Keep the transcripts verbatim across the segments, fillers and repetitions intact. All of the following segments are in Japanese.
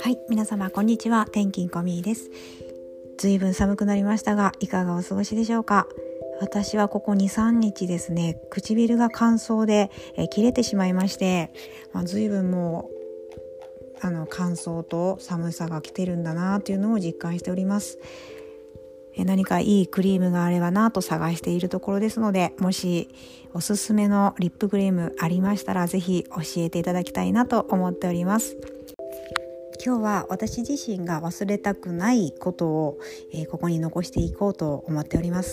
はい、皆様こんにちは。天気こみーです。ずいぶん寒くなりましたが、いかがお過ごしでしょうか。私はここ にさんにちですね、唇が乾燥で、えー、切れてしまいまして、まあ、ずいぶんもうあの乾燥と寒さが来てるんだなというのを実感しております。えー、何かいいクリームがあればなと探しているところですので、もしおすすめのリップクリームありましたら、ぜひ教えていただきたいなと思っております。今日は私自身が忘れたくないことを、えー、ここに残していこうと思っております。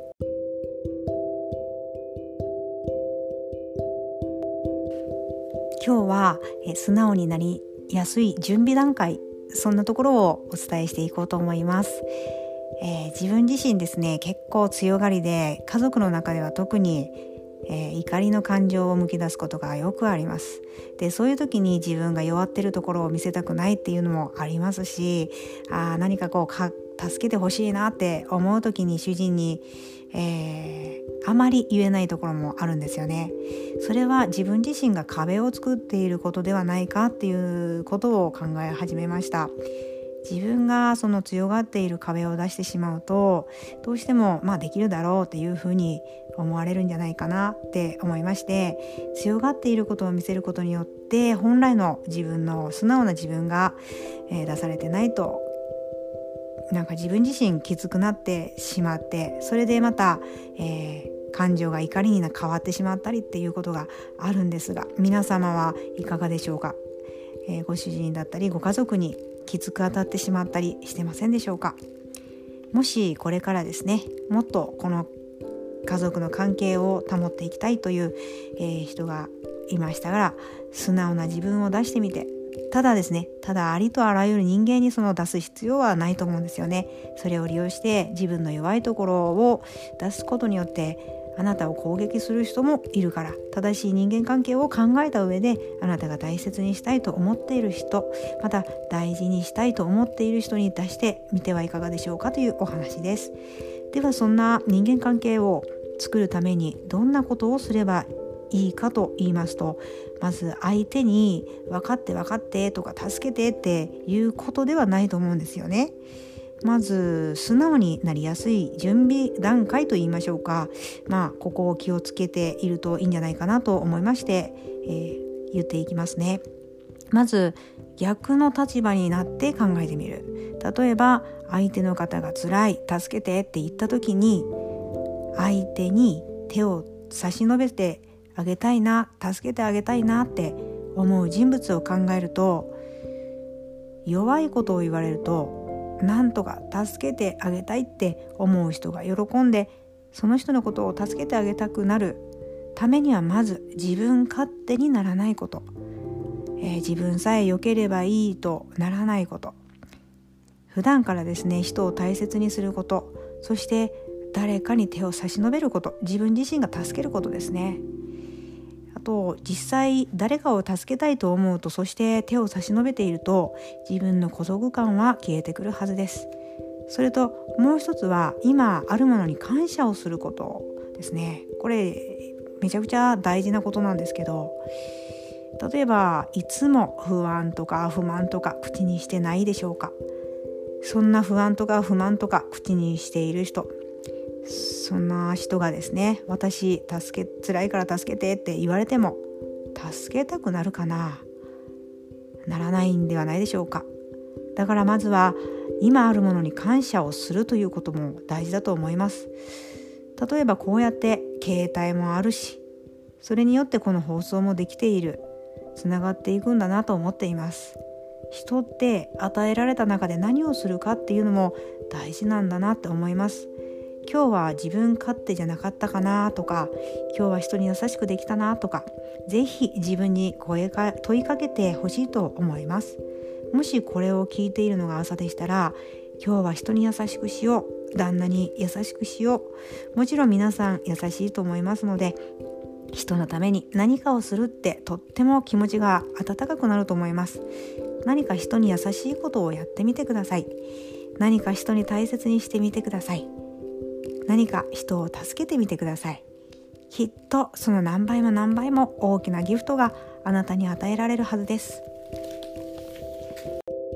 今日は、えー、素直になりやすい準備段階、そんなところをお伝えしていこうと思います。えー、自分自身ですね、結構強がりで、家族の中では特にえー、怒りの感情をむき出すことがよくあります。で、そういう時に自分が弱ってるところを見せたくないっていうのもありますし、あ何かこうか助けてほしいなって思う時に主人に、えー、あまり言えないところもあるんですよね。それは自分自身が壁を作っていることではないかっていうことを考え始めました。自分がその強がっている壁を出してしまうと、どうしてもまあできるだろうっていうふうに思われるんじゃないかなって思いまして、強がっていることを見せることによって本来の自分の素直な自分が、えー、出されてないと、なんか自分自身きつくなってしまって、それでまた、えー、感情が怒りに変わってしまったりっていうことがあるんですが、皆様はいかがでしょうか。えー、ご主人だったりご家族にきつく当たってしまったりしてませんでしょうか。もしこれからですね、もっとこの家族の関係を保っていきたいという、えー、人がいましたら、素直な自分を出してみて、ただですね、ただありとあらゆる人間にその出す必要はないと思うんですよね。それを利用して自分の弱いところを出すことによってあなたを攻撃する人もいるから、正しい人間関係を考えた上で、あなたが大切にしたいと思っている人、また大事にしたいと思っている人に出してみてはいかがでしょうかというお話です。では、そんな人間関係を作るためにどんなことをすればいいかと言いますと、まず相手に分かって分かってとか助けてっていうことではないと思うんですよね。まず素直になりやすい準備段階と言いましょうか。まあここを気をつけているといいんじゃないかなと思いまして、えー、言っていきますね。まず逆の立場になって考えてみる。例えば相手の方が辛い、助けてって言った時に、相手に手を差し伸べてあげたいな、助けてあげたいなって思う人物を考えると、弱いことを言われると、なんとか助けてあげたいって思う人が喜んで、その人のことを助けてあげたくなるためには、まず自分勝手にならないこと、えー、自分さえ良ければいいとならないこと、普段からですね、人を大切にすること、そして誰かに手を差し伸べること、自分自身が助けることですね。あと、実際誰かを助けたいと思うと、そして手を差し伸べていると、自分の孤独感は消えてくるはずです。それともう一つは、今あるものに感謝をすることですね。これめちゃくちゃ大事なことなんですけど、例えばいつも不安とか不満とか口にしてないでしょうか。そんな不安とか不満とか口にしている人、そんな人がですね、私助け辛いから助けてって言われても助けたくなるかな、ならないんではないでしょうか。だからまずは今あるものに感謝をするということも大事だと思います。例えばこうやって携帯もあるし、それによってこの放送もできている、つながっていくんだなと思っています。人って与えられた中で何をするかっていうのも大事なんだなって思います。今日は自分勝手じゃなかったかなとか、今日は人に優しくできたなとか、ぜひ自分に声か問いかけてほしいと思います。もしこれを聞いているのが朝でしたら、今日は人に優しくしよう、旦那に優しくしよう。もちろん皆さん優しいと思いますので、人のために何かをするってとっても気持ちが温かくなると思います。何か人に優しいことをやってみてください。何か人に大切にしてみてください。何か人を助けてみてください。きっとその何倍も何倍も大きなギフトがあなたに与えられるはずです。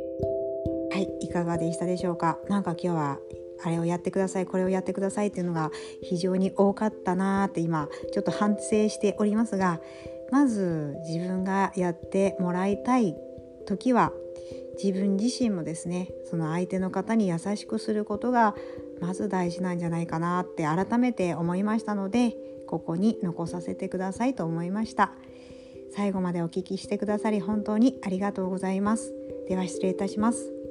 かがでしたでしょうか。なんか今日はあれをやってください、これをやってくださいっていうのが非常に多かったなって今ちょっと反省しておりますが、まず自分がやってもらいたい時は自分自身もですね、その相手の方に優しくすることがまず大事なんじゃないかなって改めて思いましたので、ここに残させてくださいと思いました。最後までお聞きしてくださり本当にありがとうございます。では失礼いたします。